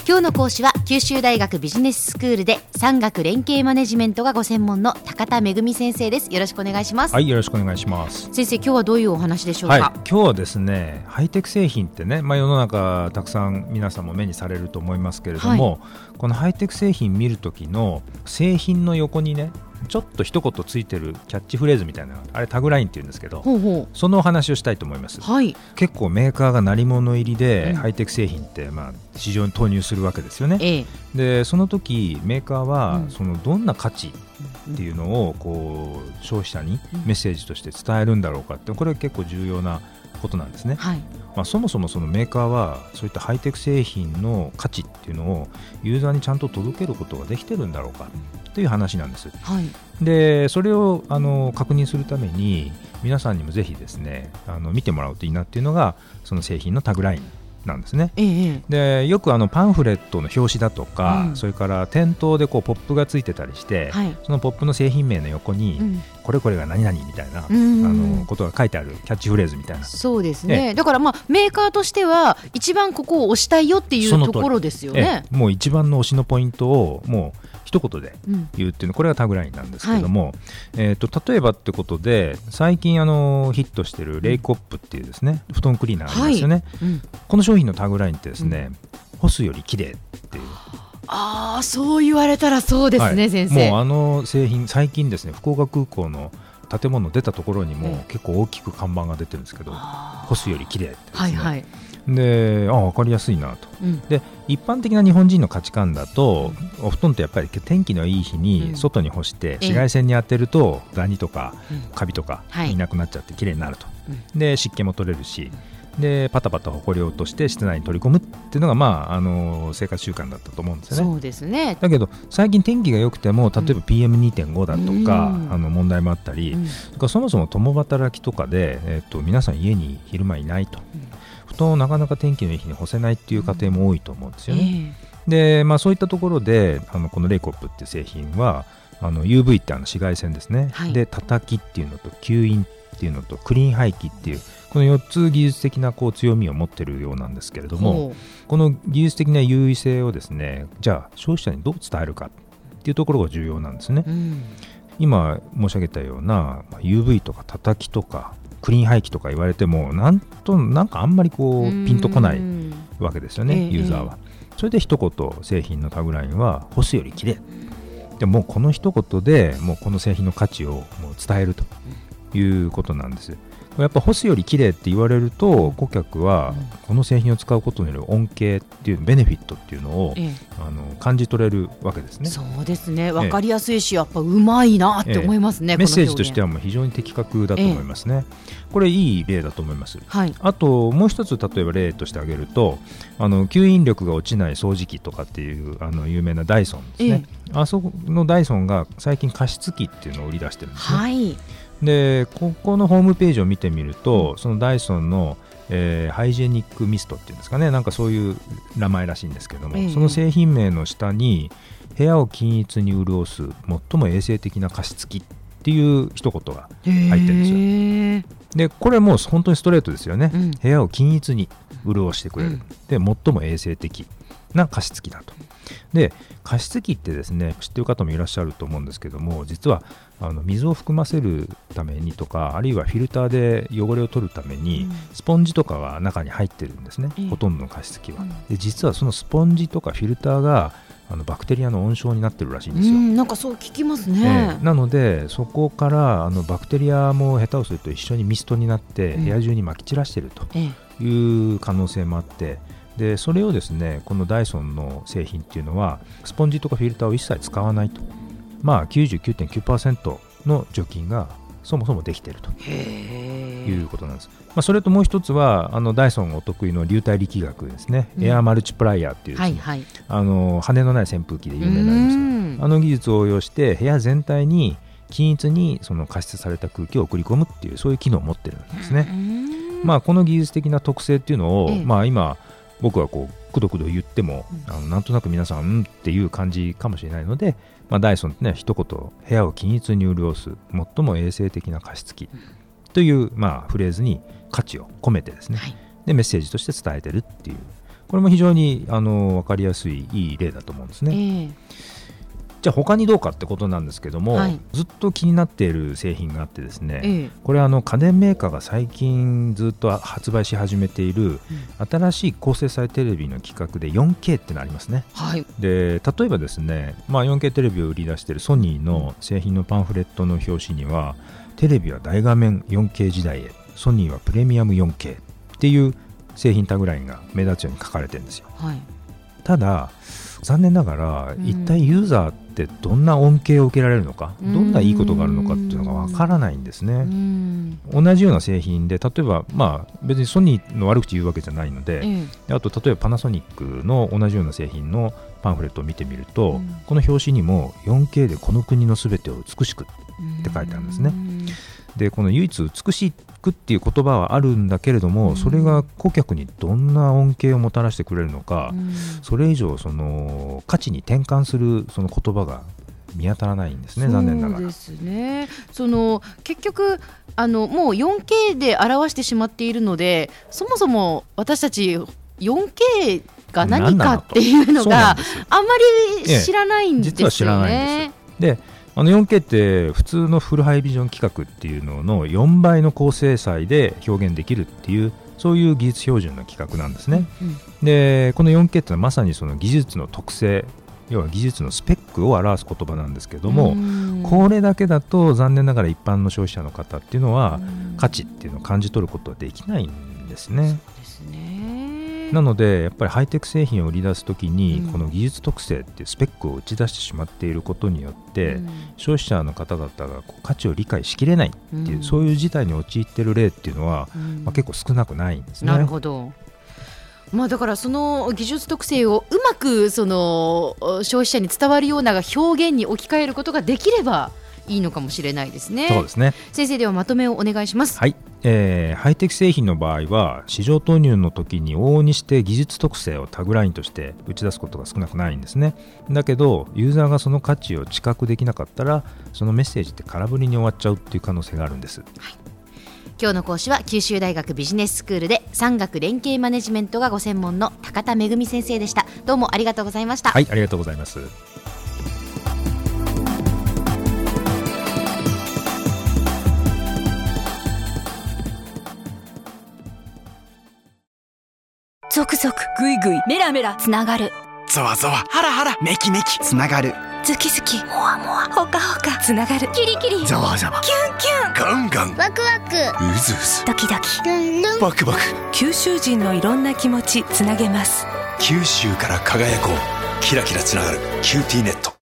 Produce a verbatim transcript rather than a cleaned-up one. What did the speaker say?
今日の講師は九州大学ビジネススクールで産学連携マネジメントがご専門の高田恵先生です。よろしくお願いします。 はい、よろしくお願いします。 先生、今日はどういうお話でしょうか。 はい、今日はですね、ハイテク製品ってね、まあ、世の中たくさん皆さんも目にされると思いますけれども、はい、このハイテク製品見るときの製品の横にね、ちょっと一言ついてるキャッチフレーズみたいな、あれタグラインって言うんですけど、ほうほう、そのお話をしたいと思います。はい、結構メーカーが鳴り物入りで、うん、ハイテク製品って、まあ、市場に投入するわけですよね、ええ、でその時メーカーは、うん、そのどんな価値っていうのをこう消費者にメッセージとして伝えるんだろうかって、これは結構重要なことなんですね、はい、まあ、そもそもそのメーカーはそういったハイテク製品の価値っていうのをユーザーにちゃんと届けることができてるんだろうかという話なんです、はい、でそれをあの確認するために皆さんにもぜひですね、あの見てもらうといいなっていうのがその製品のタグラインなんですね、ええ、でよくあのパンフレットの表紙だとか、うん、それから店頭でこうポップがついてたりして、はい、そのポップの製品名の横に、うん、これこれが何々みたいな、うん、あのことが書いてあるキャッチフレーズみたいな。 そうですね、ええ、だから、まあ、メーカーとしては一番ここを押したいよっていうところですよね、 ええ、もう一番の推しのポイントをもう一言で言うっていうの、これがタグラインなんですけども、はい、えー、と例えばってことで最近あのヒットしてるレイコップっていうですね、布団クリーナーありますよね、はい、うん、この商品のタグラインってですね、うん、干すより綺麗っていう。 ああ、そう言われたらそうですね、はい、先生。 もうあの製品最近ですね、福岡空港の建物出たところにも結構大きく看板が出てるんですけど、うん、干すより綺麗ってですね、はいはい、で、あ、分かりやすいなと、うん、で一般的な日本人の価値観だと、お布団ってやっぱり天気のいい日に外に干して紫外線に当てるとダニとかカビとかいなくなっちゃって綺麗になると、うん、で湿気も取れるし、でパタパタほこりを落として室内に取り込むっていうのが、まあ、あの生活習慣だったと思うんですよね。 そうですね。 だけど最近天気が良くても例えば ピーエムにてんご だとか、うん、あの問題もあったり、うん、そもそも共働きとかで、えー、と皆さん家に昼間いないと、うん、布団をなかなか天気のいい日に干せないっていう家庭も多いと思うんですよね、えーでまあ、そういったところであのこのレイコップっていう製品はあの ユーブイ ってあの紫外線ですね、はい、で叩きっていうのと吸引っていうのとクリーン排気っていうこのよっつ技術的なこう強みを持っているようなんですけれども、この技術的な優位性をですね、じゃあ消費者にどう伝えるかっていうところが重要なんですね、うん、今申し上げたような ユーブイ とか叩きとかクリーン排気とか言われてもなんとなんかあんまりこうピンとこないわけですよね、ユーザーは。それで一言製品のタグラインは干すより綺麗で、もうこの一言でもうこの製品の価値をもう伝えるということなんです。やっぱ干すより綺麗って言われると顧客はこの製品を使うことによる恩恵っていうベネフィットっていうのを、ええ、あの感じ取れるわけですね。 そうですね、分かりやすいし、ええ、やっぱうまいなって思いますね、ええ、 メッセージとしてはもう非常に的確だと思いますね、ええ、これいい例だと思います、はい、あともう一つ例えば例として挙げるとあの吸引力が落ちない掃除機とかっていうあの有名なダイソンですね、ええ、あそこのダイソンが最近加湿器っていうのを売り出してるんですね、はい、でここのホームページを見てみると、そのダイソンの、えー、ハイジェニックミストっていうんですかね、なんかそういう名前らしいんですけども、えー、その製品名の下に部屋を均一に潤す最も衛生的な加湿器っていう一言が入ってるんですよ、えー、でこれもう本当にストレートですよね、うん、部屋を均一に潤してくれる、うん、で最も衛生的な加湿器だと。で加湿器ってですね、知ってる方もいらっしゃると思うんですけども、実はあの水を含ませるためにとか、あるいはフィルターで汚れを取るために、うん、スポンジとかが中に入ってるんですね、うん、ほとんどの加湿器は、うん、で実はそのスポンジとかフィルターがあのバクテリアの温床になってるらしいんですよ、うん、 なんかそう聞きますね、 えー、なのでそこからあのバクテリアも下手をすると一緒にミストになって部屋中に撒き散らしてるという可能性もあって、でそれをですね、このダイソンの製品っていうのはスポンジとかフィルターを一切使わないと、まあ きゅうじゅうきゅうてんきゅうパーセント の除菌がそもそもできているということなんです。まあ、それともう一つはあのダイソンがお得意の流体力学ですね、うん、エアマルチプライヤーっていうですね、はいはい、あの羽のない扇風機で有名になります、あの技術を応用して部屋全体に均一にその加湿された空気を送り込むっていう、そういう機能を持ってるんですね。まあ、この技術的な特性っていうのを、ええ、まあ、今僕はこうくどくど言っても、うん、あのなんとなく皆さんうんっていう感じかもしれないので、まあ、ダイソンってね、一言部屋を均一に潤す最も衛生的な加湿器という、まあ、フレーズに価値を込めてですね、はい、でメッセージとして伝えてるっていう、 これも非常にあの分かりやすいいい例だと思うんですね、えー、じゃあ他にどうかってことなんですけども、はい、ずっと気になっている製品があってですね、えー、これはあの家電メーカーが最近ずっと発売し始めている、うん、新しい高精細テレビの規格で よんケー ってのありますね、はい、で例えばですね、まあ、よんケー テレビを売り出しているソニーの製品のパンフレットの表紙には、テレビは大画面 よんケー 時代へ、ソニーはプレミアム よんケー っていう製品タグラインが目立つように書かれてるんですよ、はい、ただ残念ながら、うん、一体ユーザーってどんな恩恵を受けられるのか、どんないいことがあるのかっていうのがわからないんですね。うん、同じような製品で、例えば、まあ、別にソニーの悪口言うわけじゃないので、うん、あと例えばパナソニックの同じような製品のパンフレットを見てみると、うん、この表紙にも よんケー でこの国のすべてを美しくって書いてあるんですね。でこの唯一美しくっていう言葉はあるんだけれども、うん、それが顧客にどんな恩恵をもたらしてくれるのか、うん、それ以上その価値に転換するその言葉が見当たらないんですね、残念ながら。そうですね。 その結局あのもう よんケー で表してしまっているので、そもそも私たち よんケー が何かっていうのがあんまり知らないんですよね。実は知らないんです。であの よんケー って普通のフルハイビジョン規格っていうののよんばいの高精細で表現できるっていう、そういう技術標準の規格なんですね、うんうん、でこの よんケー ってのはまさにその技術の特性、要は技術のスペックを表す言葉なんですけども、これだけだと残念ながら一般の消費者の方っていうのは価値っていうのを感じ取ることはできないんですね。そうですね。なのでやっぱりハイテク製品を売り出すときに、うん、この技術特性っていうスペックを打ち出してしまっていることによって、うん、消費者の方々がこう価値を理解しきれないっていう、うん、そういう事態に陥っている例っていうのは、うんまあ、結構少なくないんですね。 なるほど。まあ、だからその技術特性をうまくその消費者に伝わるような表現に置き換えることができればいいのかもしれないですね。 そうですね。 先生、ではまとめをお願いします。 はい、えー、ハイテク製品の場合は市場投入の時に往々にして技術特性をタグラインとして打ち出すことが少なくないんですね。だけどユーザーがその価値を知覚できなかったら、そのメッセージって空振りに終わっちゃうっていう可能性があるんです、はい。 今日の講師は九州大学ビジネススクールで産学連携マネジメントがご専門の高田恵先生でした。どうもありがとうございました。 はい、ありがとうございます。 ゾクゾクグイグイメラメラつながる、 ゾワゾワハラハラメキメキつながる、 ズキズキモワモワホカホカつながる、キリキリザワザワキュンキュンガンガンワクワクウズウズドキドキルンルンバクバク、 九州人のいろんな気持ちつなげます。 九州から輝こう、キラキラつながるキューティーネット。